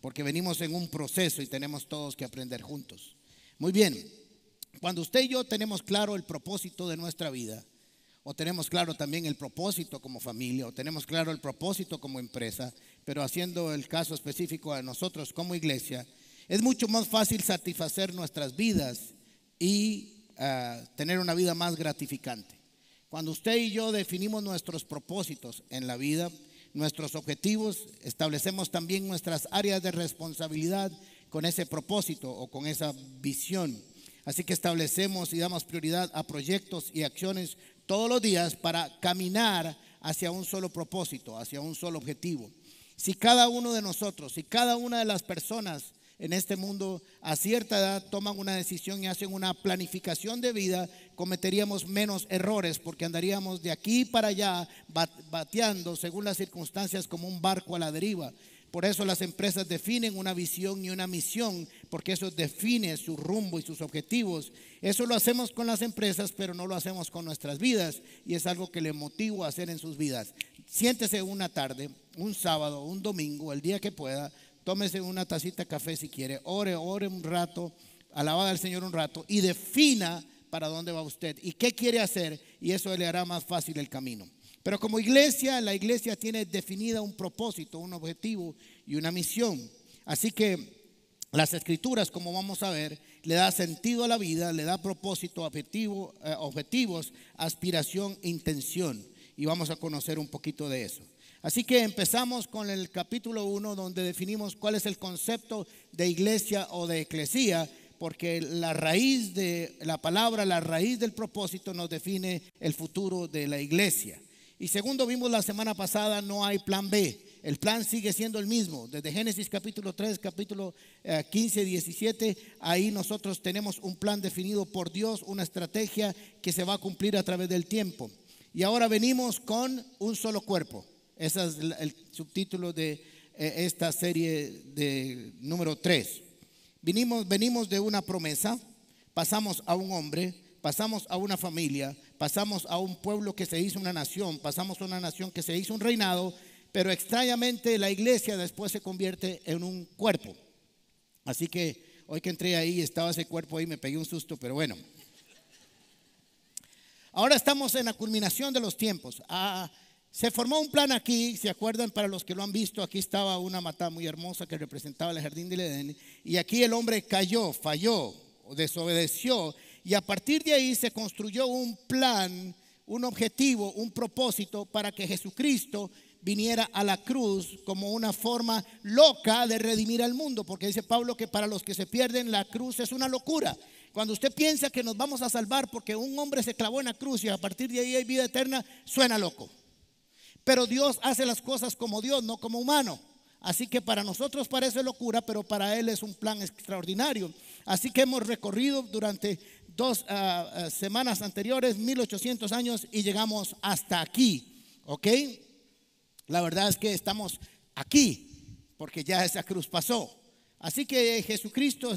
porque venimos en un proceso y tenemos todos que aprender juntos. Muy bien, cuando usted y yo tenemos claro el propósito de nuestra vida, o tenemos claro también el propósito como familia, o tenemos claro el propósito como empresa, pero haciendo el caso específico a nosotros como iglesia, es mucho más fácil satisfacer nuestras vidas y tener una vida más gratificante. Cuando usted y yo definimos nuestros propósitos en la vida, nuestros objetivos, establecemos también nuestras áreas de responsabilidad con ese propósito o con esa visión. Así que establecemos y damos prioridad a proyectos y acciones todos los días para caminar hacia un solo propósito, hacia un solo objetivo. Si cada uno de nosotros, si cada una de las personas en este mundo a cierta edad toman una decisión y hacen una planificación de vida, cometeríamos menos errores porque andaríamos de aquí para allá bateando según las circunstancias como un barco a la deriva. Por eso las empresas definen una visión y una misión, porque eso define su rumbo y sus objetivos. Eso lo hacemos con las empresas, pero no lo hacemos con nuestras vidas, y es algo que le motivo a hacer en sus vidas. Siéntese una tarde, un sábado, un domingo, el día que pueda, tómese una tacita de café si quiere, ore un rato, alaba al Señor un rato y defina para dónde va usted y qué quiere hacer, y eso le hará más fácil el camino. Pero como iglesia, la iglesia tiene definida un propósito, un objetivo y una misión. Así que las escrituras, como vamos a ver, le da sentido a la vida, le da propósito, objetivos, aspiración, intención. Y vamos a conocer un poquito de eso. Así que empezamos con el capítulo 1, donde definimos cuál es el concepto de iglesia o de eclesía, porque la raíz de la palabra, la raíz del propósito nos define el futuro de la iglesia. Y segundo, vimos la semana pasada, no hay plan B. El plan sigue siendo el mismo. Desde Génesis capítulo 3, capítulo 15, 17, ahí nosotros tenemos un plan definido por Dios, una estrategia que se va a cumplir a través del tiempo. Y ahora venimos con un solo cuerpo. Ese es el subtítulo de esta serie de número 3. Venimos de una promesa, pasamos a un hombre, pasamos a una familia, pasamos a un pueblo que se hizo una nación, pasamos a una nación que se hizo un reinado, pero extrañamente la iglesia después se convierte en un cuerpo. Así que hoy que entré ahí, estaba ese cuerpo ahí, me pegué un susto, pero bueno. Ahora estamos en la culminación de los tiempos. Se formó un plan aquí, ¿se acuerdan? Para los que lo han visto, aquí estaba una mata muy hermosa que representaba el jardín del Edén, y aquí el hombre cayó, falló, desobedeció, y a partir de ahí se construyó un plan, un objetivo, un propósito para que Jesucristo viniera a la cruz como una forma loca de redimir al mundo, porque dice Pablo que para los que se pierden la cruz es una locura. Cuando usted piensa que nos vamos a salvar porque un hombre se clavó en la cruz y a partir de ahí hay vida eterna, suena loco. Pero Dios hace las cosas como Dios, no como humano. Así que para nosotros parece locura, pero para Él es un plan extraordinario. Así que hemos recorrido durante 2 semanas anteriores 1800 años y llegamos hasta aquí, ¿ok? La verdad es que estamos aquí porque ya esa cruz pasó. Así que Jesucristo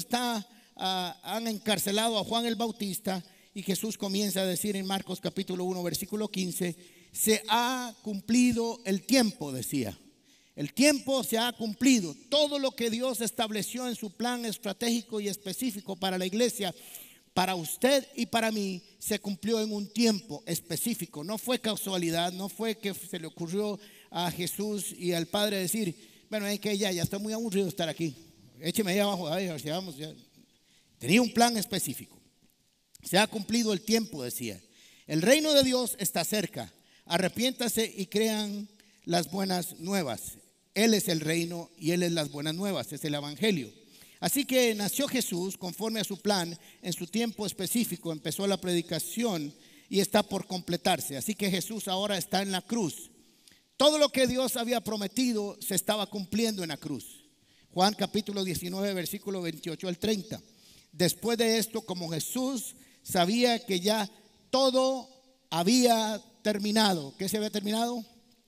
han encarcelado a Juan el Bautista y Jesús comienza a decir en Marcos capítulo 1 versículo 15, se ha cumplido el tiempo, decía. El tiempo se ha cumplido. Todo lo que Dios estableció en su plan estratégico y específico para la iglesia, para usted y para mí, se cumplió en un tiempo específico. No fue casualidad, no fue que se le ocurrió a Jesús y al Padre decir, bueno, es que ya estoy muy aburrido de estar aquí. Écheme ahí abajo, a ver si vamos ya. Tenía un plan específico. Se ha cumplido el tiempo, decía. El reino de Dios está cerca. Arrepiéntase y crean las buenas nuevas. Él es el reino y Él es las buenas nuevas, es el evangelio. Así que nació Jesús conforme a su plan en su tiempo específico. Empezó la predicación y está por completarse. Así que Jesús ahora está en la cruz. Todo lo que Dios había prometido se estaba cumpliendo en la cruz. Juan capítulo 19 versículo 28 al 30. Después de esto, como Jesús sabía que ya todo había terminado. ¿Qué se había terminado?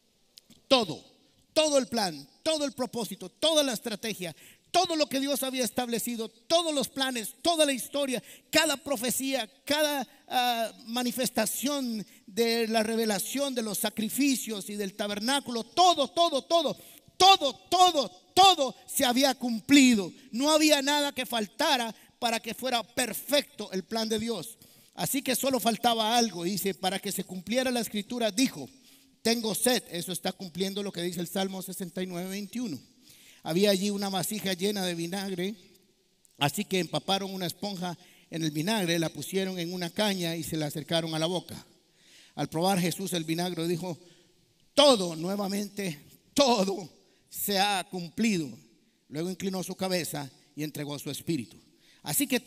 Todo el plan, todo el propósito, toda la estrategia, todo lo que Dios había establecido, todos los planes, toda la historia, cada profecía, cada manifestación de la revelación de los sacrificios y del tabernáculo, todo Todo se había cumplido. No había nada que faltara para que fuera perfecto el plan de Dios. Así que solo faltaba algo. Dice, para que se cumpliera la escritura, dijo, tengo sed. Eso está cumpliendo lo que dice el Salmo 69:21. Había allí una vasija llena de vinagre, así que empaparon una esponja en el vinagre, la pusieron en una caña y se la acercaron a la boca. Al probar Jesús el vinagre dijo, todo, nuevamente, todo se ha cumplido. Luego inclinó su cabeza y entregó su espíritu. Así que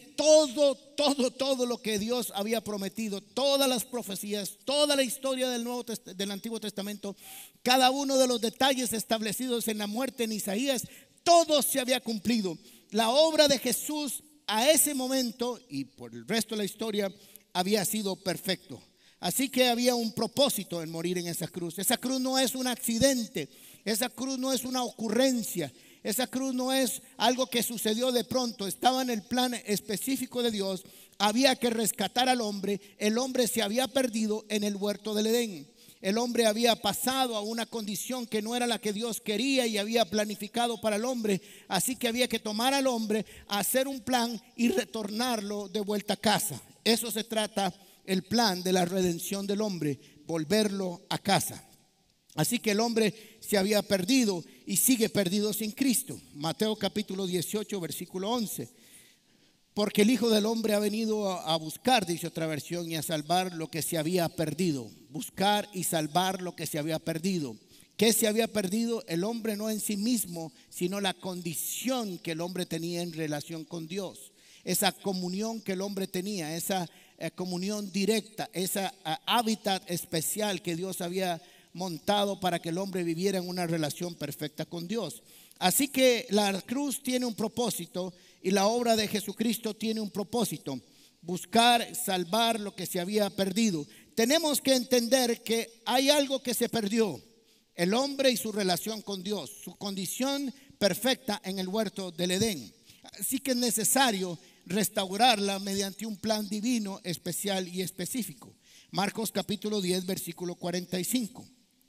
todo lo que Dios había prometido, todas las profecías, toda la historia del Antiguo Testamento, cada uno de los detalles establecidos en la muerte en Isaías, todo se había cumplido. La obra de Jesús a ese momento y por el resto de la historia había sido perfecto. Así que había un propósito en morir en esa cruz. Esa cruz no es un accidente, esa cruz no es una ocurrencia. Esa cruz no es algo que sucedió de pronto, estaba en el plan específico de Dios. Había que rescatar al hombre. El hombre se había perdido en el huerto del Edén. El hombre había pasado a una condición que no era la que Dios quería y había planificado para el hombre. Así que había que tomar al hombre, hacer un plan y retornarlo de vuelta a casa. Eso se trata el plan de la redención del hombre, volverlo a casa. Así que el hombre se había perdido y sigue perdido sin Cristo. Mateo capítulo 18, versículo 11. Porque el Hijo del Hombre ha venido a buscar, dice otra versión, y a salvar lo que se había perdido. Buscar y salvar lo que se había perdido. ¿Qué se había perdido? El hombre no en sí mismo, sino la condición que el hombre tenía en relación con Dios. Esa comunión que el hombre tenía, esa comunión directa, esa hábitat especial que Dios había montado para que el hombre viviera en una relación perfecta con Dios. Así que la cruz tiene un propósito y la obra de Jesucristo tiene un propósito: buscar, salvar lo que se había perdido. Tenemos que entender que hay algo que se perdió: el hombre y su relación con Dios, su condición perfecta en el huerto del Edén. Así que es necesario restaurarla mediante un plan divino especial y específico. Marcos capítulo 10, versículo 45.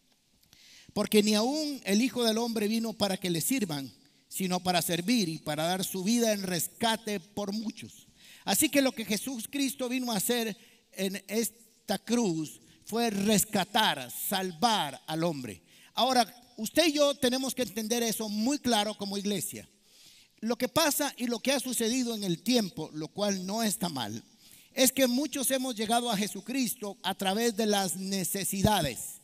Porque ni aún el Hijo del Hombre vino para que le sirvan, sino para servir y para dar su vida en rescate por muchos. Así que lo que Jesucristo vino a hacer en esta cruz fue rescatar, salvar al hombre. Ahora, usted y yo tenemos que entender eso muy claro como iglesia. Lo que pasa y lo que ha sucedido en el tiempo, lo cual no está mal, es que muchos hemos llegado a Jesucristo a través de las necesidades.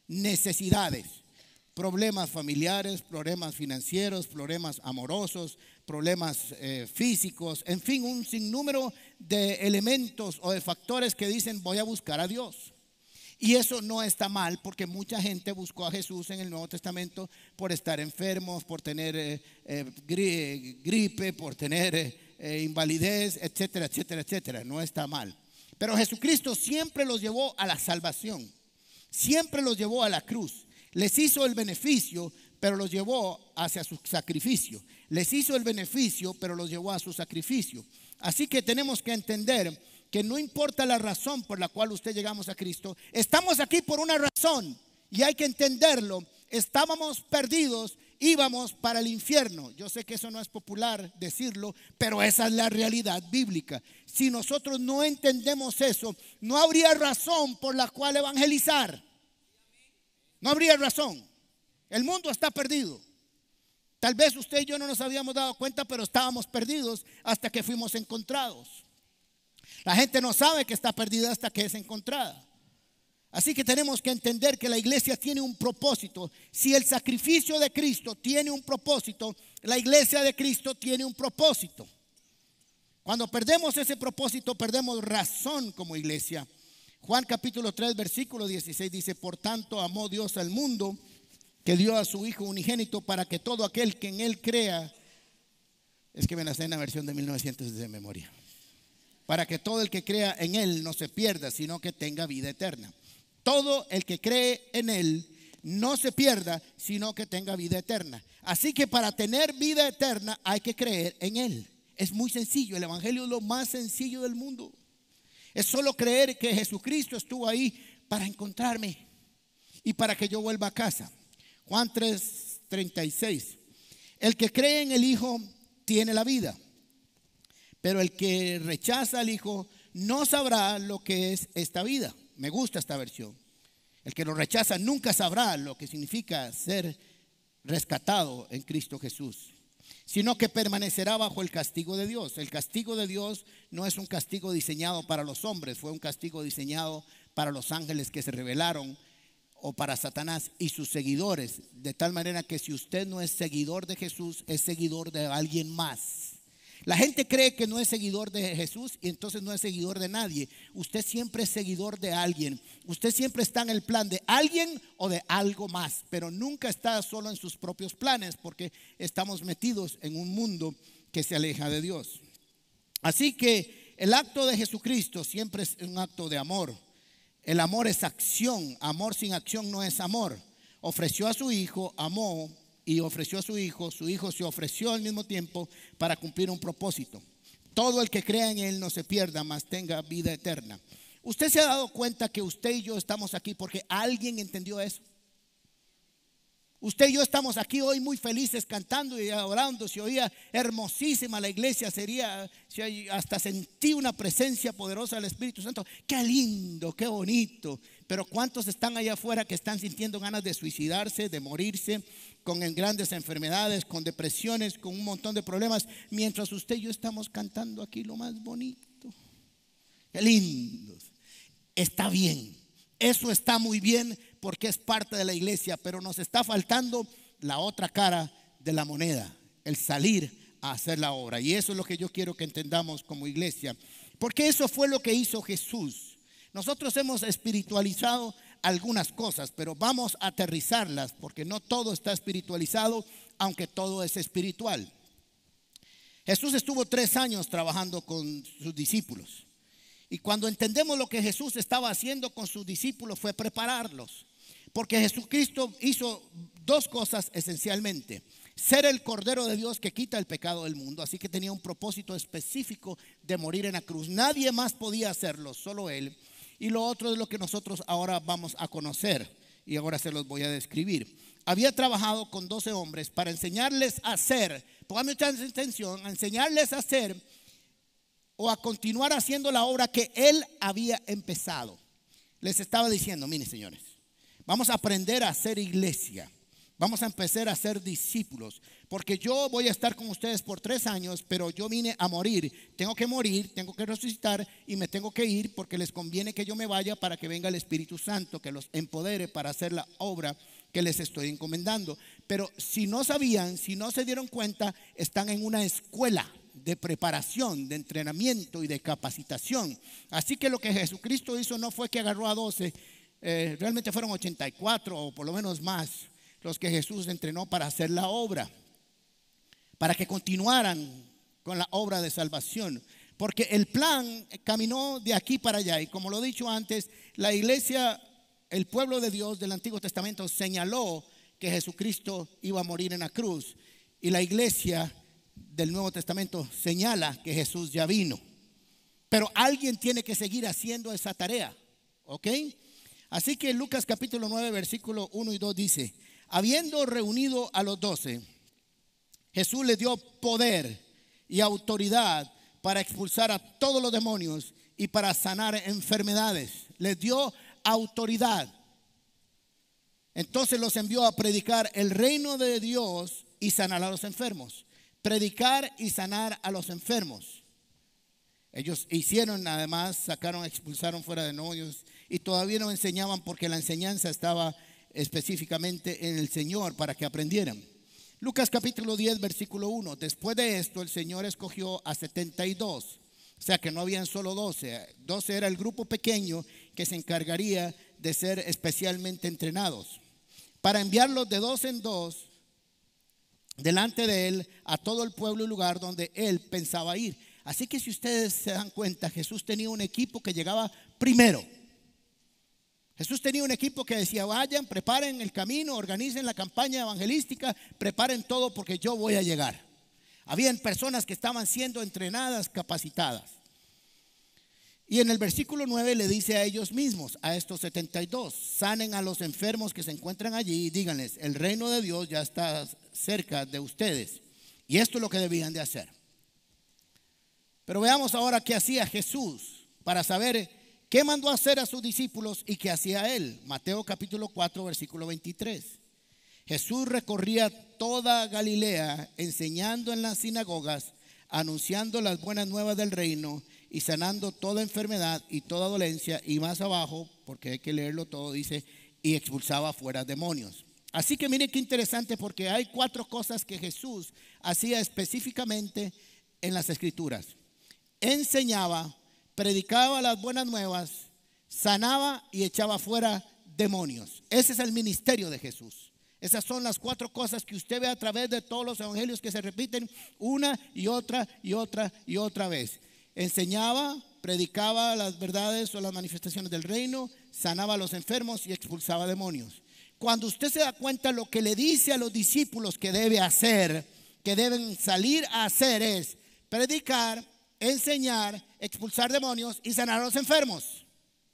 Problemas familiares, problemas financieros, problemas amorosos, problemas físicos, en fin, un sinnúmero de elementos o de factores que dicen voy a buscar a Dios. Y eso no está mal, porque mucha gente buscó a Jesús en el Nuevo Testamento por estar enfermos, por tener gripe, por tener invalidez, etcétera, etcétera, etcétera. No está mal. Pero Jesucristo siempre los llevó a la salvación, siempre los llevó a la cruz. Les hizo el beneficio, pero los llevó hacia su sacrificio. Les hizo el beneficio, pero los llevó a su sacrificio. Así que tenemos que entender que no importa la razón por la cual usted llegamos a Cristo, estamos aquí por una razón y hay que entenderlo. Estábamos perdidos, íbamos para el infierno. Yo sé que eso no es popular decirlo, pero esa es la realidad bíblica. Si nosotros no entendemos eso, no habría razón por la cual evangelizar. No habría razón. El mundo está perdido. Tal vez usted y yo no nos habíamos dado cuenta, pero estábamos perdidos hasta que fuimos encontrados. La gente no sabe que está perdida hasta que es encontrada. Así que tenemos que entender que la iglesia tiene un propósito. Si el sacrificio de Cristo tiene un propósito, la iglesia de Cristo tiene un propósito. Cuando perdemos ese propósito, perdemos razón como iglesia. Juan capítulo 3, versículo 16 dice: por tanto amó Dios al mundo, que dio a su Hijo unigénito, para que todo aquel que en Él crea, es que me la sé en la versión de 1900 de memoria, para que todo el que crea en Él no se pierda, sino que tenga vida eterna. Todo el que cree en Él no se pierda, sino que tenga vida eterna. Así que para tener vida eterna hay que creer en Él. Es muy sencillo, el evangelio es lo más sencillo del mundo. Es solo creer que Jesucristo estuvo ahí para encontrarme y para que yo vuelva a casa. Juan 3, 36. El que cree en el Hijo tiene la vida, pero el que rechaza al Hijo no sabrá lo que es esta vida. Me gusta esta versión. El que lo rechaza nunca sabrá lo que significa ser rescatado en Cristo Jesús, sino que permanecerá bajo el castigo de Dios. El castigo de Dios no es un castigo diseñado para los hombres, fue un castigo diseñado para los ángeles que se rebelaron, o para Satanás y sus seguidores, de tal manera que si usted no es seguidor de Jesús, es seguidor de alguien más. La gente cree que no es seguidor de Jesús y entonces no es seguidor de nadie. Usted siempre es seguidor de alguien. Usted siempre está en el plan de alguien o de algo más, pero nunca está solo en sus propios planes, porque estamos metidos en un mundo que se aleja de Dios. Así que el acto de Jesucristo siempre es un acto de amor. El amor es acción. Amor sin acción no es amor. Ofreció a su Hijo, amó y ofreció a su Hijo. Su Hijo se ofreció al mismo tiempo para cumplir un propósito. Todo el que crea en Él no se pierda, mas tenga vida eterna. ¿Usted se ha dado cuenta que usted y yo estamos aquí porque alguien entendió eso? Usted y yo estamos aquí hoy muy felices cantando y adorando. Se oía hermosísima la iglesia, hasta sentí una presencia poderosa del Espíritu Santo. Qué lindo, qué bonito. Pero ¿cuántos están allá afuera que están sintiendo ganas de suicidarse, de morirse, con grandes enfermedades, con depresiones, con un montón de problemas, mientras usted y yo estamos cantando aquí lo más bonito? Qué lindos. Está bien, eso está muy bien, porque es parte de la iglesia, pero nos está faltando la otra cara de la moneda, el salir a hacer la obra. Y eso es lo que yo quiero que entendamos como iglesia, porque eso fue lo que hizo Jesús. Nosotros hemos espiritualizado algunas cosas, pero vamos a aterrizarlas, porque no todo está espiritualizado, aunque todo es espiritual. Jesús estuvo 3 años trabajando con sus discípulos, y cuando entendemos lo que Jesús estaba haciendo con sus discípulos fue prepararlos. Porque Jesucristo hizo 2 cosas esencialmente: ser el Cordero de Dios que quita el pecado del mundo. Así que tenía un propósito específico de morir en la cruz. Nadie más podía hacerlo, solo Él. Y lo otro es lo que nosotros ahora vamos a conocer, y ahora se los voy a describir. Había trabajado con 12 hombres para enseñarles a hacer, pónganme ustedes atención, a enseñarles a hacer o a continuar haciendo la obra que Él había empezado. Les estaba diciendo: miren, señores, vamos a aprender a hacer iglesia. Vamos a empezar a ser discípulos, porque yo voy a estar con ustedes por 3 años, pero yo vine a morir. Tengo que morir, tengo que resucitar y me tengo que ir, porque les conviene que yo me vaya para que venga el Espíritu Santo, que los empodere para hacer la obra que les estoy encomendando. Pero si no sabían, si no se dieron cuenta, están en una escuela de preparación, de entrenamiento y de capacitación. Así que lo que Jesucristo hizo no fue que agarró a 12, realmente fueron 84 o por lo menos más los que Jesús entrenó para hacer la obra, para que continuaran con la obra de salvación. Porque el plan caminó de aquí para allá, y como lo he dicho antes, la iglesia, el pueblo de Dios del Antiguo Testamento señaló que Jesucristo iba a morir en la cruz, y la iglesia del Nuevo Testamento señala que Jesús ya vino. Pero alguien tiene que seguir haciendo esa tarea, ¿ok? Así que Lucas capítulo 9 versículo 1 y 2 dice: habiendo reunido a los 12, Jesús les dio poder y autoridad para expulsar a todos los demonios y para sanar enfermedades. Les dio autoridad. Entonces los envió a predicar el reino de Dios y sanar a los enfermos. Predicar y sanar a los enfermos. Ellos hicieron, además, expulsaron fuera demonios, y todavía no enseñaban, porque la enseñanza estaba específicamente en el Señor para que aprendieran. Lucas capítulo 10 versículo 1: después de esto el Señor escogió a 72. O sea que no habían solo 12. 12 era el grupo pequeño que se encargaría de ser especialmente entrenados, para enviarlos de 2 en 2 delante de Él a todo el pueblo y lugar donde Él pensaba ir. Así que si ustedes se dan cuenta, Jesús tenía un equipo que llegaba primero. Jesús tenía un equipo que decía: vayan, preparen el camino, organicen la campaña evangelística, preparen todo, porque yo voy a llegar. Habían personas que estaban siendo entrenadas, capacitadas. Y en el versículo 9 le dice a ellos mismos, a estos 72, sanen a los enfermos que se encuentran allí y díganles, el reino de Dios ya está cerca de ustedes. Y esto es lo que debían de hacer. Pero veamos ahora qué hacía Jesús para saber qué mandó a hacer a sus discípulos y qué hacía él. Mateo capítulo 4, versículo 23. Jesús recorría toda Galilea, enseñando en las sinagogas, anunciando las buenas nuevas del reino y sanando toda enfermedad y toda dolencia. Y más abajo, porque hay que leerlo todo, dice, y expulsaba fuera demonios. Así que miren qué interesante, porque hay 4 cosas que Jesús hacía específicamente en las Escrituras. Enseñaba, predicaba las buenas nuevas, sanaba y echaba fuera demonios. Ese es el ministerio de Jesús. Esas son las 4 cosas que usted ve a través de todos los evangelios que se repiten una y otra y otra y otra vez. Enseñaba, predicaba las verdades o las manifestaciones del reino, sanaba a los enfermos y expulsaba demonios. Cuando usted se da cuenta, lo que le dice a los discípulos que debe hacer, que deben salir a hacer, es predicar, enseñar, expulsar demonios y sanar a los enfermos.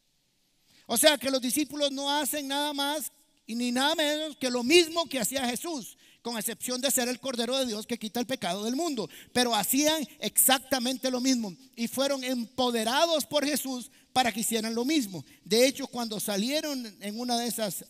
O sea que los discípulos no hacen nada más y ni nada menos que lo mismo que hacía Jesús, con excepción de ser el Cordero de Dios que quita el pecado del mundo. Pero hacían exactamente lo mismo y fueron empoderados por Jesús para que hicieran lo mismo. De hecho, cuando salieron en una de esas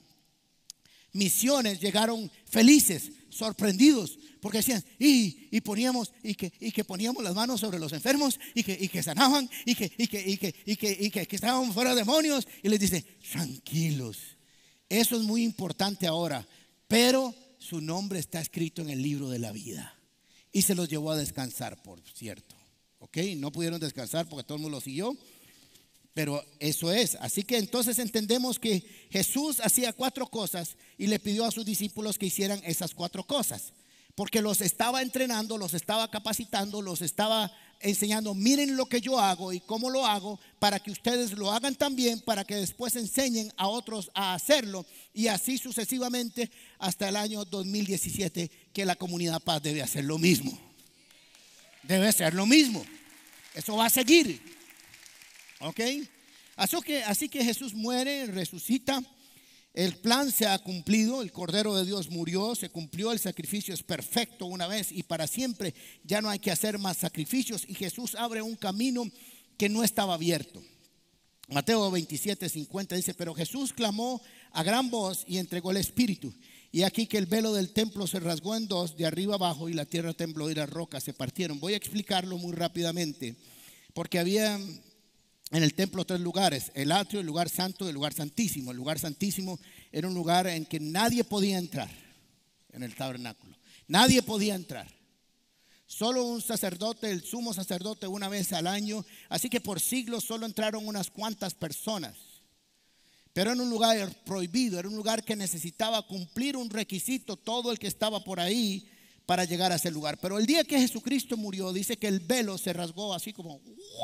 misiones, llegaron felices, sorprendidos, porque decían, y poníamos las manos sobre los enfermos y que sanaban y que estaban fuera de demonios. Y les dice, tranquilos, eso es muy importante ahora, pero su nombre está escrito en el libro de la vida. Y se los llevó a descansar, por cierto. ¿Ok? No pudieron descansar porque todo el mundo lo siguió, pero eso es. Así que entonces entendemos que Jesús hacía 4 cosas y le pidió a sus discípulos que hicieran esas 4 cosas. Porque los estaba entrenando, los estaba capacitando, los estaba enseñando, miren lo que yo hago y cómo lo hago, para que ustedes lo hagan también, para que después enseñen a otros a hacerlo, y así sucesivamente hasta el año 2017, que la Comunidad Paz debe hacer lo mismo. Debe ser lo mismo. Eso va a seguir. ¿Ok? Así que Jesús muere, resucita. El plan se ha cumplido, el Cordero de Dios murió, se cumplió, el sacrificio es perfecto una vez y para siempre. Ya no hay que hacer más sacrificios y Jesús abre un camino que no estaba abierto. Mateo 27:50 dice, pero Jesús clamó a gran voz y entregó el Espíritu. Y aquí que el velo del templo se rasgó en 2, de arriba abajo, y la tierra tembló y las rocas se partieron. Voy a explicarlo muy rápidamente, porque había en el templo 3 lugares: el atrio, el lugar santo y el lugar santísimo. El lugar santísimo era un lugar en que nadie podía entrar en el tabernáculo. Nadie podía entrar. Solo un sacerdote, el sumo sacerdote, una vez al año. Así que por siglos solo entraron unas cuantas personas. Pero era un lugar prohibido, era un lugar que necesitaba cumplir un requisito todo el que estaba por ahí para llegar a ese lugar. Pero el día que Jesucristo murió, dice que el velo se rasgó así como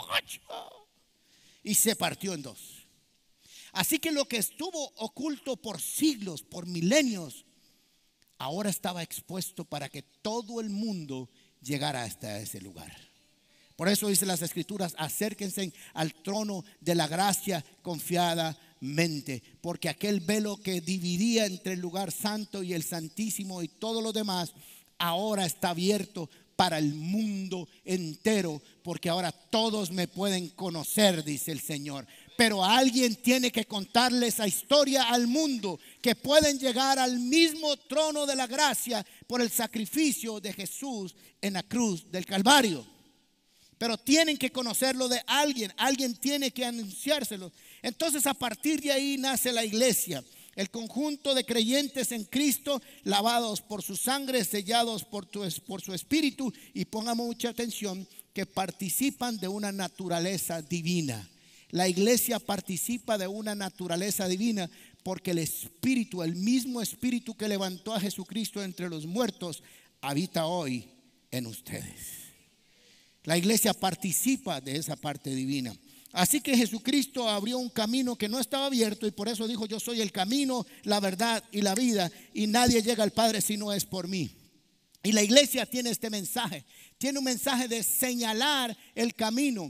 y se partió en 2. Así que lo que estuvo oculto por siglos, por milenios, ahora estaba expuesto para que todo el mundo llegara hasta ese lugar. Por eso dice las Escrituras, acérquense al trono de la gracia confiadamente, porque aquel velo que dividía entre el lugar santo y el santísimo y todo lo demás, ahora está abierto para el mundo entero, porque ahora todos me pueden conocer, dice el Señor. Pero alguien tiene que contarle esa historia al mundo, que pueden llegar al mismo trono de la gracia por el sacrificio de Jesús en la cruz del Calvario. Pero tienen que conocerlo de alguien, alguien tiene que anunciárselo. Entonces a partir de ahí nace la iglesia, el conjunto de creyentes en Cristo, lavados por su sangre, sellados por su espíritu, y pongamos mucha atención, que participan de una naturaleza divina. La iglesia participa de una naturaleza divina porque el espíritu, el mismo espíritu que levantó a Jesucristo entre los muertos, habita hoy en ustedes. La iglesia participa de esa parte divina. Así que Jesucristo abrió un camino que no estaba abierto, y por eso dijo: yo soy el camino, la verdad y la vida, y nadie llega al Padre si no es por mí. Y la iglesia tiene este mensaje, tiene un mensaje de señalar el camino.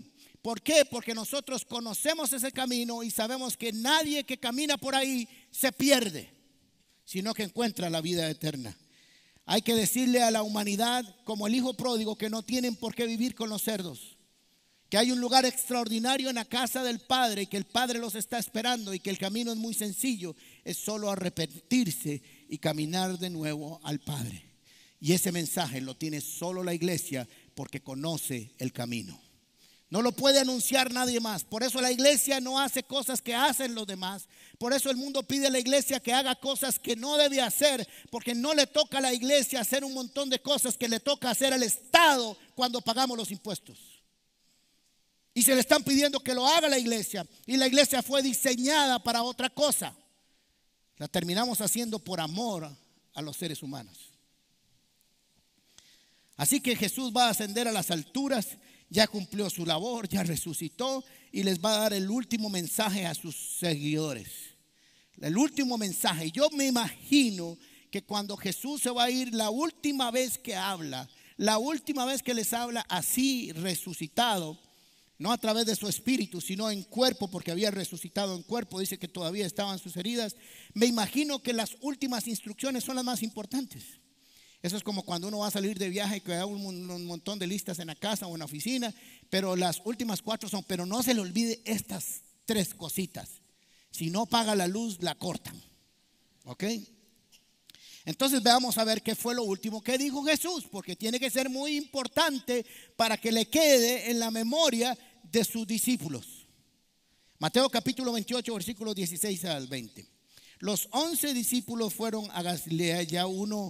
¿Por qué? Porque nosotros conocemos ese camino y sabemos que nadie que camina por ahí se pierde, sino que encuentra la vida eterna. Hay que decirle a la humanidad, como el hijo pródigo, que no tienen por qué vivir con los cerdos, que hay un lugar extraordinario en la casa del Padre y que el Padre los está esperando y que el camino es muy sencillo, es solo arrepentirse y caminar de nuevo al Padre. Y ese mensaje lo tiene solo la iglesia porque conoce el camino. No lo puede anunciar nadie más. Por eso la iglesia no hace cosas que hacen los demás. Por eso el mundo pide a la iglesia que haga cosas que no debe hacer, porque no le toca a la iglesia hacer un montón de cosas que le toca hacer al Estado cuando pagamos los impuestos. Y se le están pidiendo que lo haga la iglesia. Y la iglesia fue diseñada para otra cosa. La terminamos haciendo por amor a los seres humanos. Así que Jesús va a ascender a las alturas. Ya cumplió su labor, ya resucitó y les va a dar el último mensaje a sus seguidores. El último mensaje. Yo me imagino que cuando Jesús se va a ir, la última vez que habla, la última vez que les habla así resucitado, no a través de su espíritu, sino en cuerpo, porque había resucitado en cuerpo, dice que todavía estaban sus heridas. Me imagino que las últimas instrucciones son las más importantes. Eso es como cuando uno va a salir de viaje y que hay un montón de listas en la casa o en la oficina, pero las últimas 4 son, pero no se le olvide estas 3 cositas. Si no paga la luz, la cortan. ¿Ok? Entonces veamos a ver qué fue lo último que dijo Jesús, porque tiene que ser muy importante para que le quede en la memoria de sus discípulos. Mateo capítulo 28, versículos 16 al 20. Los 11 discípulos fueron a Galilea, ya uno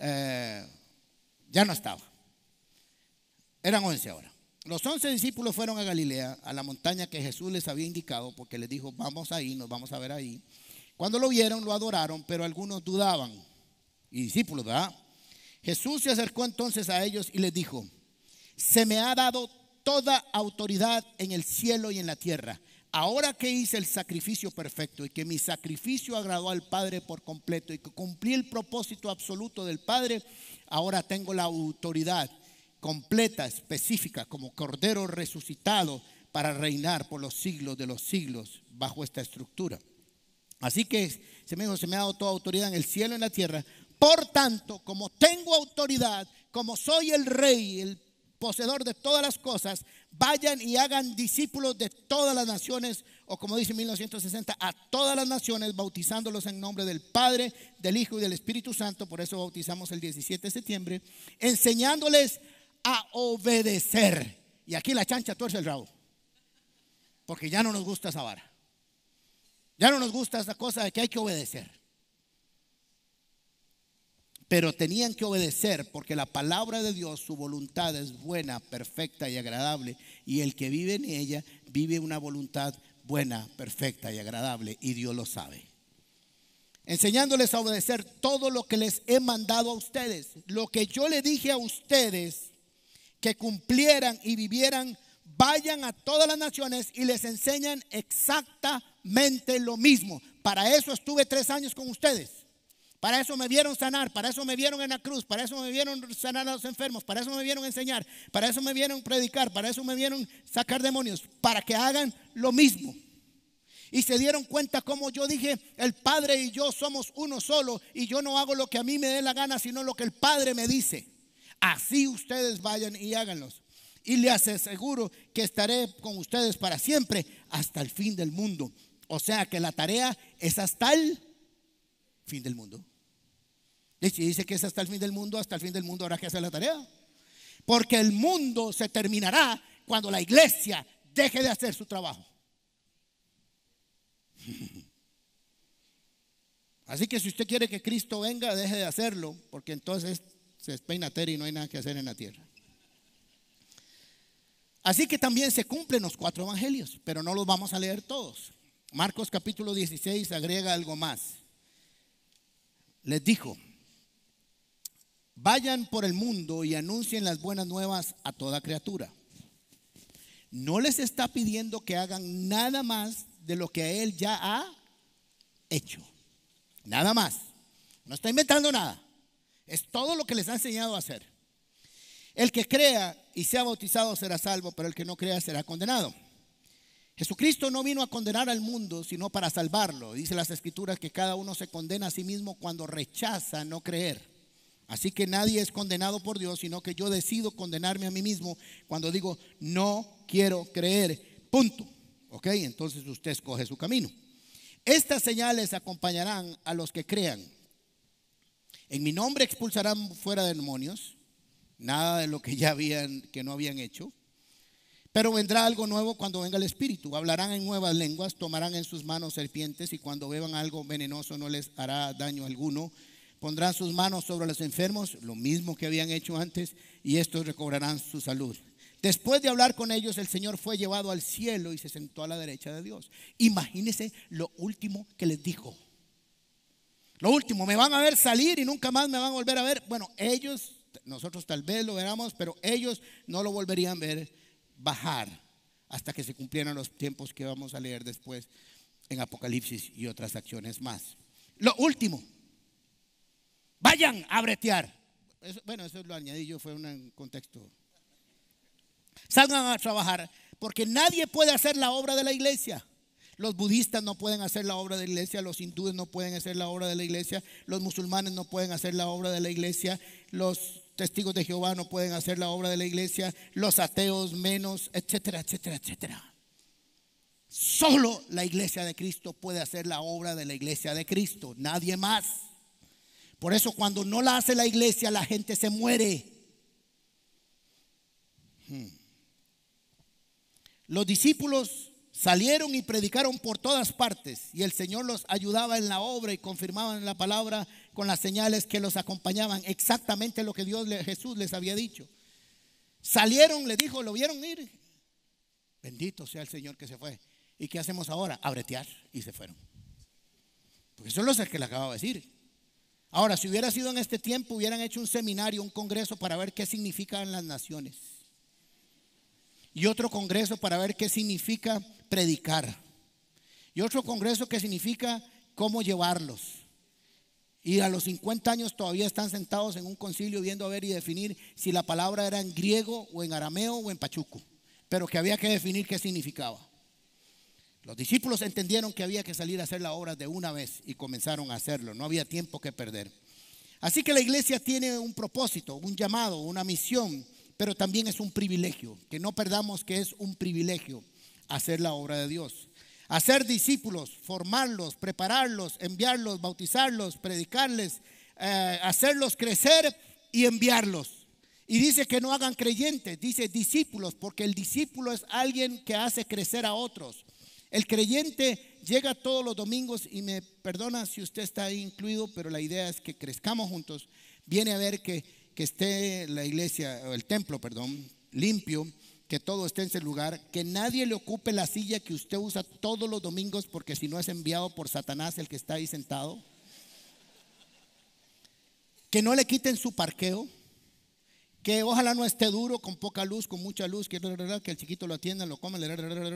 ya no estaba. Eran 11 ahora. Los 11 discípulos fueron a Galilea, a la montaña que Jesús les había indicado, porque les dijo, vamos ahí, nos vamos a ver ahí. Cuando lo vieron, lo adoraron, pero algunos dudaban. Y discípulos, ¿verdad? Jesús se acercó entonces a ellos y les dijo, se me ha dado toda autoridad en el cielo y en la tierra. Ahora que hice el sacrificio perfecto y que mi sacrificio agradó al Padre por completo y que cumplí el propósito absoluto del Padre, ahora tengo la autoridad completa, específica, como Cordero resucitado para reinar por los siglos de los siglos bajo esta estructura. Así que se me ha dado toda autoridad en el cielo y en la tierra. Por tanto, como tengo autoridad, como soy el rey, el poseedor de todas las cosas, vayan y hagan discípulos de todas las naciones, o como dice en 1960, a todas las naciones, bautizándolos en nombre del Padre, del Hijo y del Espíritu Santo. Por eso bautizamos el 17 de septiembre, enseñándoles a obedecer. Y aquí la chancha tuerce el rabo, porque ya no nos gusta esa vara. Ya no nos gusta esa cosa de que hay que obedecer. Pero tenían que obedecer porque la palabra de Dios, su voluntad es buena, perfecta y agradable. Y el que vive en ella vive una voluntad buena, perfecta y agradable. Y Dios lo sabe. Enseñándoles a obedecer todo lo que les he mandado a ustedes. Lo que yo le dije a ustedes que cumplieran y vivieran, vayan a todas las naciones y les enseñan exactamente lo mismo. Para eso estuve 3 años con ustedes. Para eso me vieron sanar, para eso me vieron en la cruz, para eso me vieron sanar a los enfermos, para eso me vieron enseñar, para eso me vieron predicar, para eso me vieron sacar demonios, para que hagan lo mismo. Y se dieron cuenta como yo dije, el Padre y yo somos uno solo y yo no hago lo que a mí me dé la gana, sino lo que el Padre me dice. Así ustedes vayan y háganlos. Y les aseguro que estaré con ustedes para siempre hasta el fin del mundo. O sea que la tarea es hasta el fin del mundo. Y si dice que es hasta el fin del mundo habrá que hacer la tarea. Porque el mundo se terminará cuando la iglesia deje de hacer su trabajo. Así que si usted quiere que Cristo venga, deje de hacerlo, porque entonces se despeina tierra y no hay nada que hacer en la tierra. Así que también se cumplen los 4 evangelios, pero no los vamos a leer todos. Marcos capítulo 16 agrega algo más. Les dijo, vayan por el mundo y anuncien las buenas nuevas a toda criatura. No les está pidiendo que hagan nada más de lo que Él ya ha hecho. Nada más. No está inventando nada. Es todo lo que les ha enseñado a hacer. El que crea y sea bautizado será salvo, pero el que no crea será condenado. Jesucristo no vino a condenar al mundo, sino para salvarlo. Dice las Escrituras que cada uno se condena a sí mismo cuando rechaza no creer. Así que nadie es condenado por Dios, sino que yo decido condenarme a mí mismo cuando digo no quiero creer. Punto. Ok, entonces usted escoge su camino. Estas señales acompañarán a los que crean. En mi nombre expulsarán fuera demonios. Nada de lo que que no habían hecho. Pero vendrá algo nuevo cuando venga el Espíritu. Hablarán en nuevas lenguas, tomarán en sus manos serpientes y cuando beban algo venenoso no les hará daño alguno. Pondrán sus manos sobre los enfermos, lo mismo que habían hecho antes, y estos recobrarán su salud. Después de hablar con ellos, el Señor fue llevado al cielo y se sentó a la derecha de Dios. Imagínense lo último que les dijo. Lo último, me van a ver salir y nunca más me van a volver a ver. Bueno, ellos, nosotros tal vez lo veramos, pero ellos no lo volverían a ver bajar hasta que se cumplieran los tiempos que vamos a leer después en Apocalipsis y otras acciones más. Lo último, vayan a bretear. Eso lo añadí yo, fue un contexto. Salgan a trabajar, porque nadie puede hacer la obra de la iglesia. Los budistas no pueden hacer la obra de la iglesia, los hindúes no pueden hacer la obra de la iglesia, los musulmanes no pueden hacer la obra de la iglesia, los testigos de Jehová no pueden hacer la obra de la iglesia, los ateos menos, etcétera, etcétera, etcétera. Solo la iglesia de Cristo puede hacer la obra de la iglesia de Cristo, nadie más. Por eso cuando no la hace la iglesia, la gente se muere. Los discípulos salieron y predicaron por todas partes y el Señor los ayudaba en la obra y confirmaban la palabra con las señales que los acompañaban. Exactamente lo que Jesús les había dicho. Salieron, les dijo, lo vieron ir. Bendito sea el Señor que se fue. ¿Y qué hacemos ahora? A bretear, y se fueron. Porque eso es lo que le acababa de decir. Ahora, si hubiera sido en este tiempo, hubieran hecho un seminario, un congreso para ver qué significan las naciones. Y otro congreso para ver qué significa predicar. Y otro congreso que significa cómo llevarlos. Y a los 50 años todavía están sentados en un concilio viendo a ver y definir si la palabra era en griego o en arameo o en pachuco. Pero que había que definir qué significaba. Los discípulos entendieron que había que salir a hacer la obra de una vez y comenzaron a hacerlo. No había tiempo que perder. Así que la iglesia tiene un propósito, un llamado, una misión. Pero también es un privilegio, que no perdamos que es un privilegio hacer la obra de Dios. Hacer discípulos, formarlos, prepararlos, enviarlos, bautizarlos, predicarles, hacerlos crecer y enviarlos. Y dice que no hagan creyentes, dice discípulos, porque el discípulo es alguien que hace crecer a otros. El creyente llega todos los domingos y me perdona si usted está ahí incluido, pero la idea es que crezcamos juntos. Viene a ver que esté la iglesia, o el templo, perdón, limpio, que todo esté en ese lugar, que nadie le ocupe la silla que usted usa todos los domingos, porque si no es enviado por Satanás el que está ahí sentado. Que no le quiten su parqueo, que ojalá no esté duro, con poca luz, con mucha luz, que el chiquito lo atienda, lo come,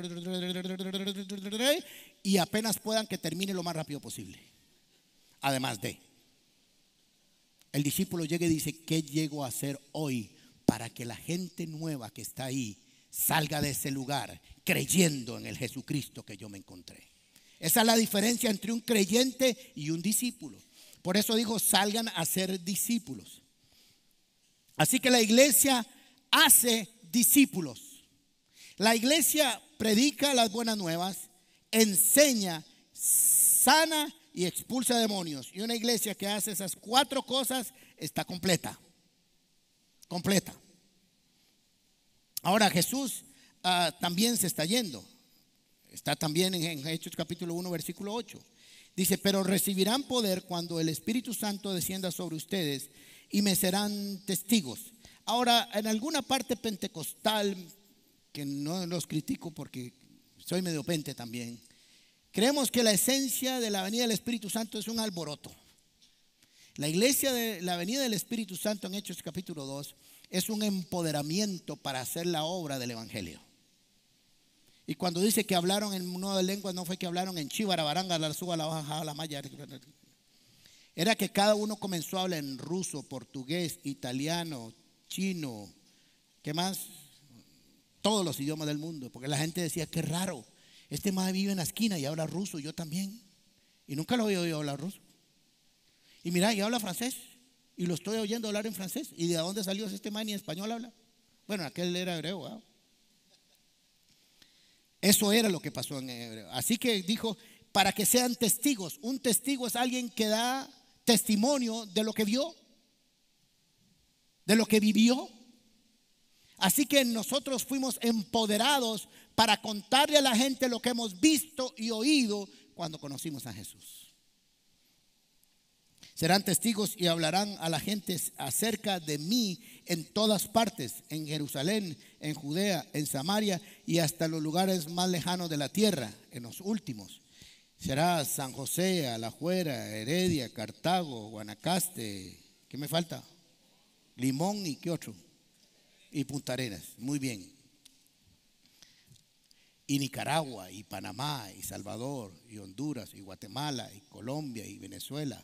y apenas puedan que termine lo más rápido posible. Además de el discípulo llega y dice, ¿qué llego a hacer hoy para que la gente nueva que está ahí salga de ese lugar creyendo en el Jesucristo que yo me encontré? Esa es la diferencia entre un creyente y un discípulo. Por eso dijo, salgan a ser discípulos. Así que la iglesia hace discípulos. La iglesia predica las buenas nuevas, enseña, sana y expulsa demonios. Y una iglesia que hace esas 4 cosas está completa. Completa. Ahora Jesús también se está yendo. Está también en Hechos capítulo 1 versículo 8. Dice, pero recibirán poder cuando el Espíritu Santo descienda sobre ustedes y me serán testigos. Ahora, en alguna parte pentecostal, que no los critico porque soy medio pente también, creemos que la esencia de la venida del Espíritu Santo es un alboroto. La iglesia de la venida del Espíritu Santo en Hechos capítulo 2 es un empoderamiento para hacer la obra del Evangelio. Y cuando dice que hablaron en nuevas lenguas, no fue que hablaron en chíbara, baranga, la suba, la baja, la maya. Era que cada uno comenzó a hablar en ruso, portugués, italiano, chino, ¿qué más? Todos los idiomas del mundo, porque la gente decía, qué raro. Este mae vive en la esquina y habla ruso, yo también. Y nunca lo había oído hablar ruso. Y mira, y habla francés. Y lo estoy oyendo hablar en francés. ¿Y de dónde salió este mae? Ni español habla. Bueno, aquel era hebreo, ¿verdad? Eso era lo que pasó en hebreo. Así que dijo, para que sean testigos. Un testigo es alguien que da testimonio de lo que vio, de lo que vivió. Así que nosotros fuimos empoderados para contarle a la gente lo que hemos visto y oído cuando conocimos a Jesús. Serán testigos y hablarán a la gente acerca de mí en todas partes, en Jerusalén, en Judea, en Samaria y hasta los lugares más lejanos de la tierra, en los últimos. Será San José, Alajuela, Heredia, Cartago, Guanacaste, ¿qué me falta? Limón y ¿qué otro? Y Punta Arenas, muy bien. Y Nicaragua, y Panamá, y Salvador, y Honduras, y Guatemala, y Colombia, y Venezuela,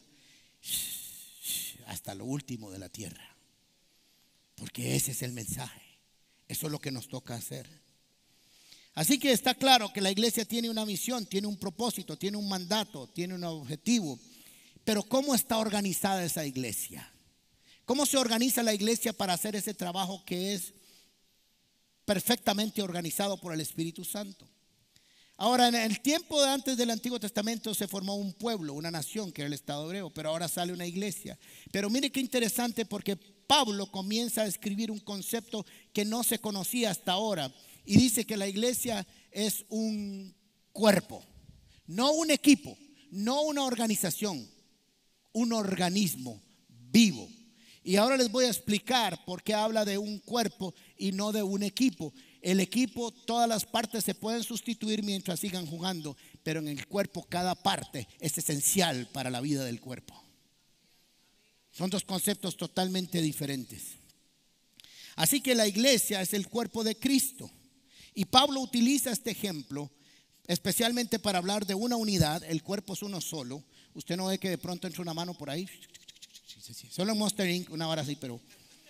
hasta lo último de la tierra. Porque ese es el mensaje. Eso es lo que nos toca hacer. Así que está claro que la iglesia tiene una misión, tiene un propósito, tiene un mandato, tiene un objetivo. Pero ¿cómo está organizada esa iglesia? ¿Cómo se organiza la iglesia para hacer ese trabajo que es perfectamente organizado por el Espíritu Santo? Ahora, en el tiempo de antes del Antiguo Testamento se formó un pueblo, una nación que era el Estado hebreo, pero ahora sale una iglesia. Pero mire qué interesante, porque Pablo comienza a escribir un concepto que no se conocía hasta ahora y dice que la iglesia es un cuerpo, no un equipo, no una organización, un organismo vivo. Y ahora les voy a explicar por qué habla de un cuerpo y no de un equipo. El equipo, todas las partes se pueden sustituir mientras sigan jugando, pero en el cuerpo cada parte es esencial para la vida del cuerpo. Son dos conceptos totalmente diferentes. Así que la iglesia es el cuerpo de Cristo. Y Pablo utiliza este ejemplo especialmente para hablar de una unidad. El cuerpo es uno solo. Usted no ve que de pronto entra una mano por ahí. Solo en Monster Inc. una hora así, pero...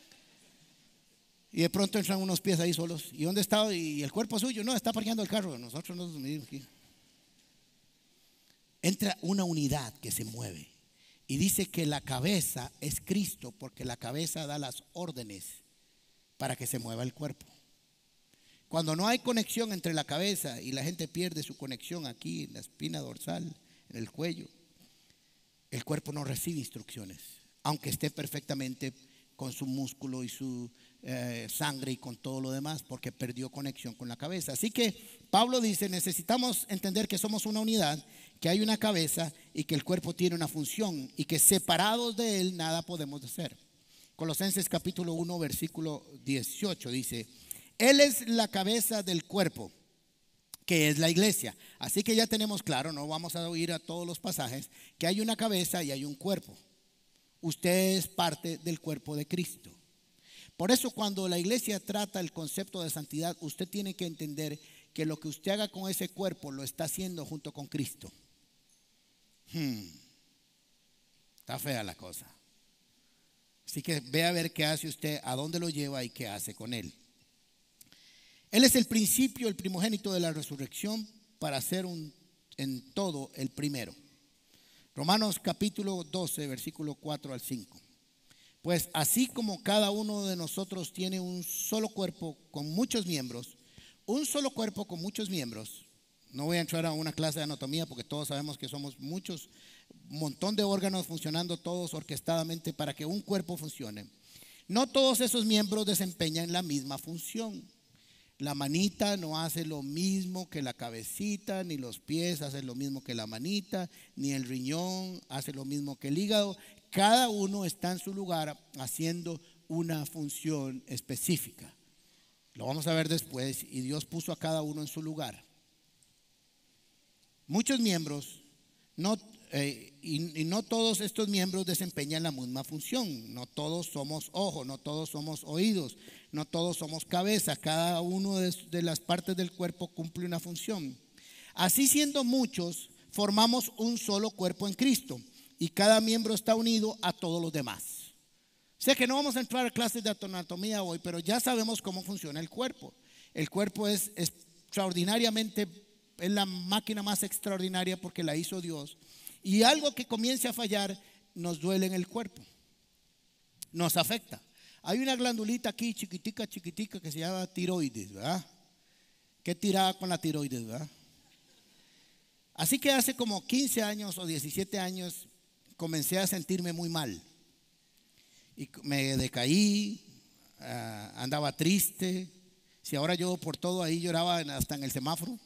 Y de pronto entran unos pies ahí solos. ¿Y dónde está? Y el cuerpo suyo, no, está parqueando el carro. Nosotros nos medimos aquí. Entra una unidad que se mueve. Y dice que la cabeza es Cristo, porque la cabeza da las órdenes para que se mueva el cuerpo. Cuando no hay conexión entre la cabeza y la gente pierde su conexión aquí en la espina dorsal, en el cuello, el cuerpo no recibe instrucciones, aunque esté perfectamente con su músculo y su sangre y con todo lo demás, porque perdió conexión con la cabeza. Así que Pablo dice, necesitamos entender que somos una unidad, que hay una cabeza y que el cuerpo tiene una función y que separados de él nada podemos hacer. Colosenses capítulo 1 versículo 18 dice, él es la cabeza del cuerpo, que es la iglesia. Así que ya tenemos claro, no vamos a oír a todos los pasajes, que hay una cabeza y hay un cuerpo. Usted es parte del cuerpo de Cristo. Por eso cuando la iglesia trata el concepto de santidad, usted tiene que entender que lo que usted haga con ese cuerpo lo está haciendo junto con Cristo. Está fea la cosa. Así que ve a ver qué hace usted, a dónde lo lleva y qué hace con él. Él es el principio, el primogénito de la resurrección para ser en todo el primero. Romanos capítulo 12, versículo 4 al 5. Pues así como cada uno de nosotros tiene un solo cuerpo con muchos miembros, un solo cuerpo con muchos miembros. No voy a entrar a una clase de anatomía porque todos sabemos que somos muchos, un montón de órganos funcionando todos orquestadamente para que un cuerpo funcione. No todos esos miembros desempeñan la misma función. La manita no hace lo mismo que la cabecita, ni los pies hacen lo mismo que la manita, ni el riñón hace lo mismo que el hígado. Cada uno está en su lugar haciendo una función específica. Lo vamos a ver después, y Dios puso a cada uno en su lugar. Muchos miembros, no todos estos miembros desempeñan la misma función. No todos somos ojos, no todos somos oídos, no todos somos cabeza. Cada uno de las partes del cuerpo cumple una función. Así siendo muchos, formamos un solo cuerpo en Cristo. Y cada miembro está unido a todos los demás. Sé que no vamos a entrar a clases de anatomía hoy, pero ya sabemos cómo funciona el cuerpo. El cuerpo es extraordinariamente es la máquina más extraordinaria porque la hizo Dios. Y algo que comience a fallar nos duele en el cuerpo, nos afecta. Hay una glandulita aquí chiquitica que se llama tiroides, ¿verdad? ¿Qué tiraba con la tiroides, verdad? Así que hace como 15 años o 17 años comencé a sentirme muy mal. Y me decaí, andaba triste. Si ahora yo por todo ahí lloraba hasta en el semáforo.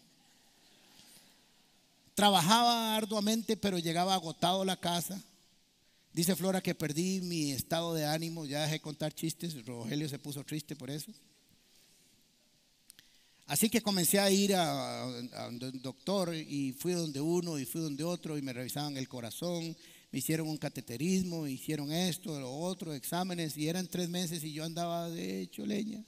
Trabajaba arduamente, pero llegaba agotado a la casa. Dice Flora que perdí mi estado de ánimo, ya dejé de contar chistes, Rogelio se puso triste por eso. Así que comencé a ir a un doctor y fui donde uno y fui donde otro y me revisaban el corazón, me hicieron un cateterismo, me hicieron esto, lo otro, exámenes y eran 3 meses y yo andaba de hecho leña.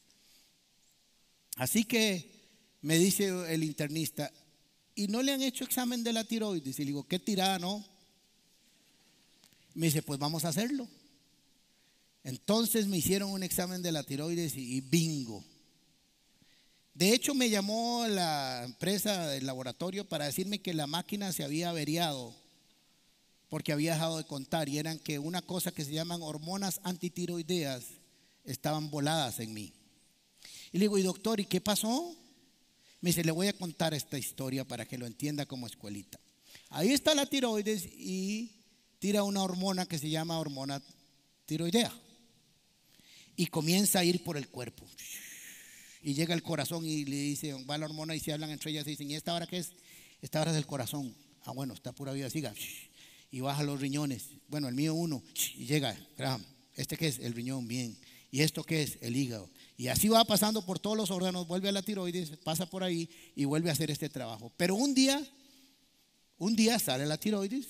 Así que me dice el internista, ¿y no le han hecho examen de la tiroides? Y le digo, ¿qué tirada no? Me dice, pues vamos a hacerlo. Entonces me hicieron un examen de la tiroides y bingo. De hecho me llamó la empresa del laboratorio para decirme que la máquina se había averiado porque había dejado de contar y eran que una cosa que se llaman hormonas antitiroideas estaban voladas en mí. Y le digo, y doctor, ¿y qué pasó? Me dice, le voy a contar esta historia para que lo entienda como escuelita. Ahí está la tiroides y tira una hormona que se llama hormona tiroidea y comienza a ir por el cuerpo. Y llega el corazón y le dice, va la hormona y se hablan entre ellas y dicen, ¿y esta hora qué es? Esta hora es del corazón. Ah, bueno, está pura vida, siga. Y baja los riñones. Bueno, el mío uno. Y llega, Graham, ¿este qué es? El riñón, bien. ¿Y esto qué es? El hígado. Y así va pasando por todos los órganos, vuelve a la tiroides, pasa por ahí y vuelve a hacer este trabajo. Pero un día sale la tiroides,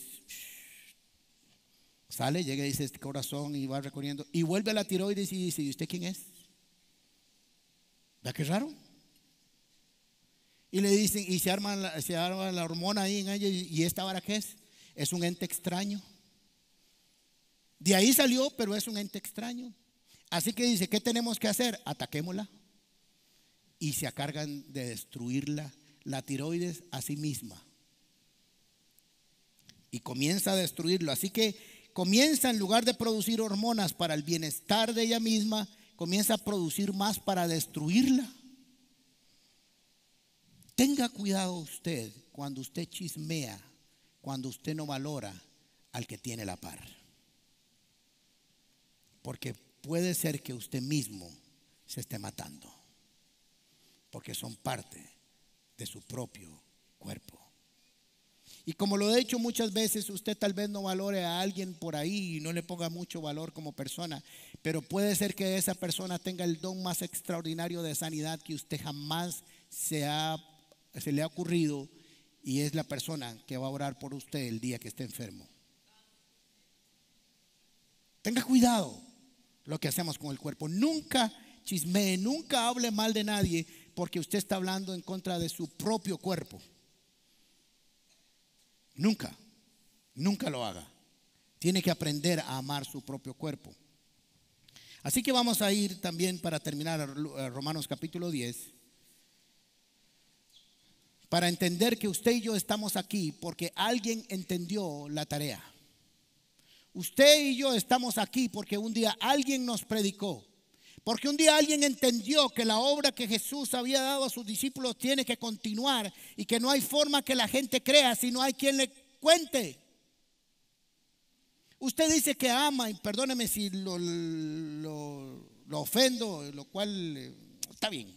sale, llega y dice este corazón y va recorriendo y vuelve a la tiroides y dice, ¿y usted quién es? ¿Verdad que raro? Y le dicen, y se arma la hormona ahí en ella, ¿y esta vara qué es? Es un ente extraño. De ahí salió, pero es un ente extraño. Así que dice, ¿qué tenemos que hacer? Ataquémosla. Y se encargan de destruirla, la tiroides a sí misma. Y comienza a destruirlo. Así que comienza, en lugar de producir hormonas para el bienestar de ella misma, comienza a producir más para destruirla. Tenga cuidado usted cuando usted chismea, cuando usted no valora al que tiene la par. Porque puede ser que usted mismo se esté matando, porque son parte de su propio cuerpo. Y como lo he dicho muchas veces, usted tal vez no valore a alguien por ahí y no le ponga mucho valor como persona, pero puede ser que esa persona tenga el don más extraordinario de sanidad que usted jamás se le ha ocurrido, y es la persona que va a orar por usted el día que esté enfermo. Tenga cuidado lo que hacemos con el cuerpo. Nunca chismee, nunca hable mal de nadie, porque usted está hablando en contra de su propio cuerpo. Nunca, nunca lo haga. Tiene que aprender a amar su propio cuerpo. Así que vamos a ir también para terminar a Romanos capítulo 10. Para entender que usted y yo estamos aquí porque alguien entendió la tarea. Usted y yo estamos aquí porque un día alguien nos predicó. Porque un día alguien entendió que la obra que Jesús había dado a sus discípulos tiene que continuar y que no hay forma que la gente crea si no hay quien le cuente. Usted dice que ama, y perdóneme si lo ofendo, lo cual está bien.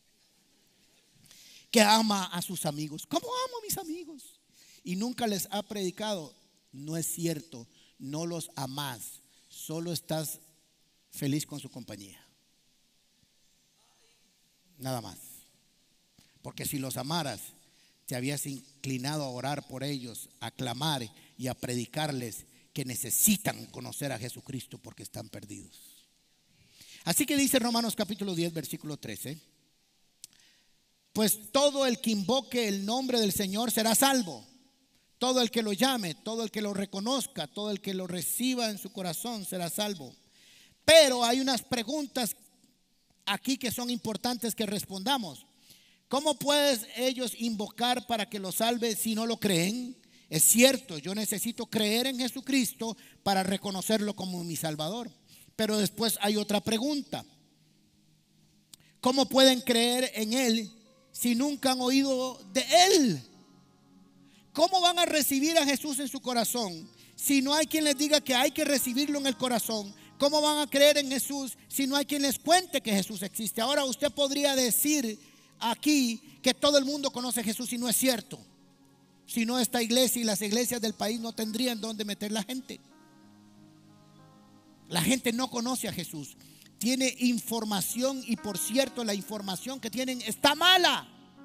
Que ama a sus amigos. ¿Cómo amo a mis amigos? Y nunca les ha predicado. No es cierto, no los amás, solo estás feliz con su compañía. Nada más. Porque si los amaras, te habías inclinado a orar por ellos, a clamar y a predicarles que necesitan conocer a Jesucristo porque están perdidos. Así que dice Romanos capítulo 10, versículo 13. Pues todo el que invoque el nombre del Señor será salvo. Todo el que lo llame, todo el que lo reconozca, todo el que lo reciba en su corazón será salvo. Pero hay unas preguntas aquí que son importantes que respondamos. ¿Cómo pueden ellos invocar para que los salve si no lo creen? Es cierto, yo necesito creer en Jesucristo para reconocerlo como mi Salvador. Pero después hay otra pregunta. ¿Cómo pueden creer en Él si nunca han oído de Él? ¿Cómo van a recibir a Jesús en su corazón si no hay quien les diga que hay que recibirlo en el corazón? ¿Cómo van a creer en Jesús si no hay quien les cuente que Jesús existe? Ahora usted podría decir aquí que todo el mundo conoce a Jesús y no es cierto. Si no, esta iglesia y las iglesias del país no tendrían dónde meter la gente. La gente no conoce a Jesús. Tiene información y, por cierto, la información que tienen está mala.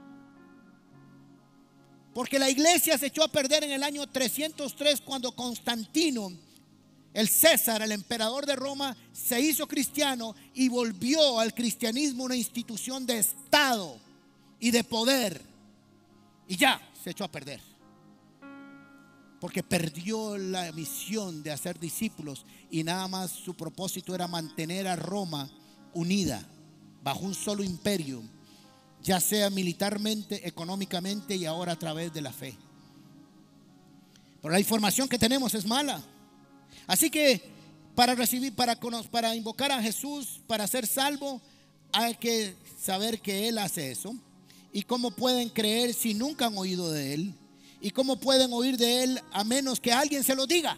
Porque la iglesia se echó a perder en el año 303 cuando Constantino, el César, el emperador de Roma, se hizo cristiano y volvió al cristianismo una institución de Estado y de poder. Y ya se echó a perder. Porque perdió la misión de hacer discípulos y nada más su propósito era mantener a Roma unida bajo un solo imperio, ya sea militarmente, económicamente y ahora a través de la fe. Pero la información que tenemos es mala. Así que para invocar a Jesús, para ser salvo, hay que saber que Él hace eso. ¿Y cómo pueden creer si nunca han oído de Él? ¿Y cómo pueden oír de Él a menos que alguien se lo diga?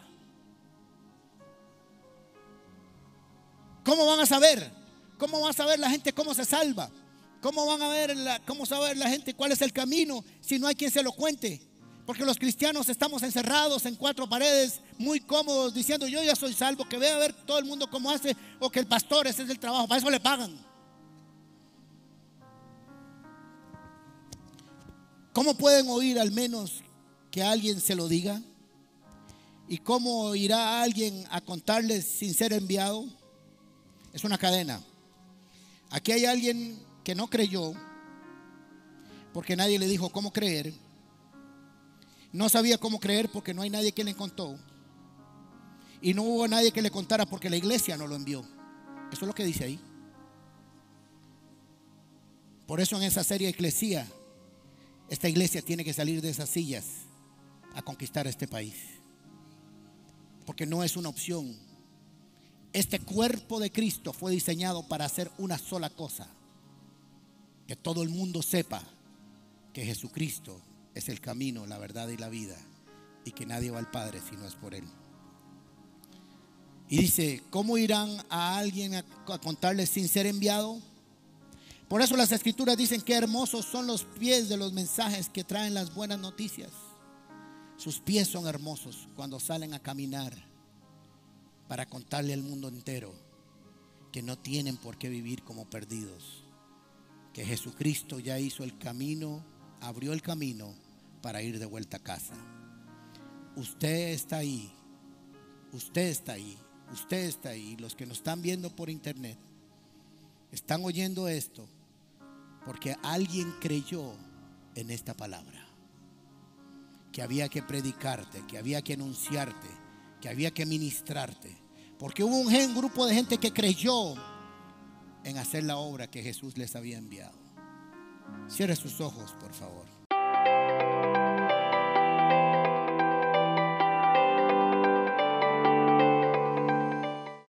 ¿Cómo van a saber? ¿Cómo va a saber la gente cómo se salva? ¿Cómo van a ver cómo saber la gente cuál es el camino si no hay quien se lo cuente? Porque los cristianos estamos encerrados en cuatro paredes, muy cómodos, diciendo yo ya soy salvo, que vea a ver todo el mundo cómo hace, o que el pastor, ese es el trabajo, para eso le pagan. ¿Cómo pueden oír al menos que alguien se lo diga? ¿Y cómo irá alguien a contarles sin ser enviado? Es una cadena. Aquí hay alguien que no creyó porque nadie le dijo cómo creer. No sabía cómo creer porque no hay nadie que le contó. Y no hubo nadie que le contara porque la iglesia no lo envió. Eso es lo que dice ahí. Por eso en esa serie Eclesía, esta iglesia tiene que salir de esas sillas a conquistar este país. Porque no es una opción. Este cuerpo de Cristo fue diseñado para hacer una sola cosa: que todo el mundo sepa que Jesucristo es el camino, la verdad y la vida, y que nadie va al Padre si no es por Él. Y dice, ¿cómo irán a alguien a contarles sin ser enviado? Por eso las escrituras dicen que hermosos son los pies de los mensajes que traen las buenas noticias. Sus pies son hermosos cuando salen a caminar para contarle al mundo entero que no tienen por qué vivir como perdidos, que Jesucristo ya hizo el camino, abrió el camino para ir de vuelta a casa. Usted está ahí, usted está ahí, usted está ahí. Los que nos están viendo por internet están oyendo esto porque alguien creyó en esta palabra, que había que predicarte, que había que anunciarte, que había que ministrarte, porque hubo un grupo de gente que creyó en hacer la obra que Jesús les había enviado. Cierre sus ojos, por favor.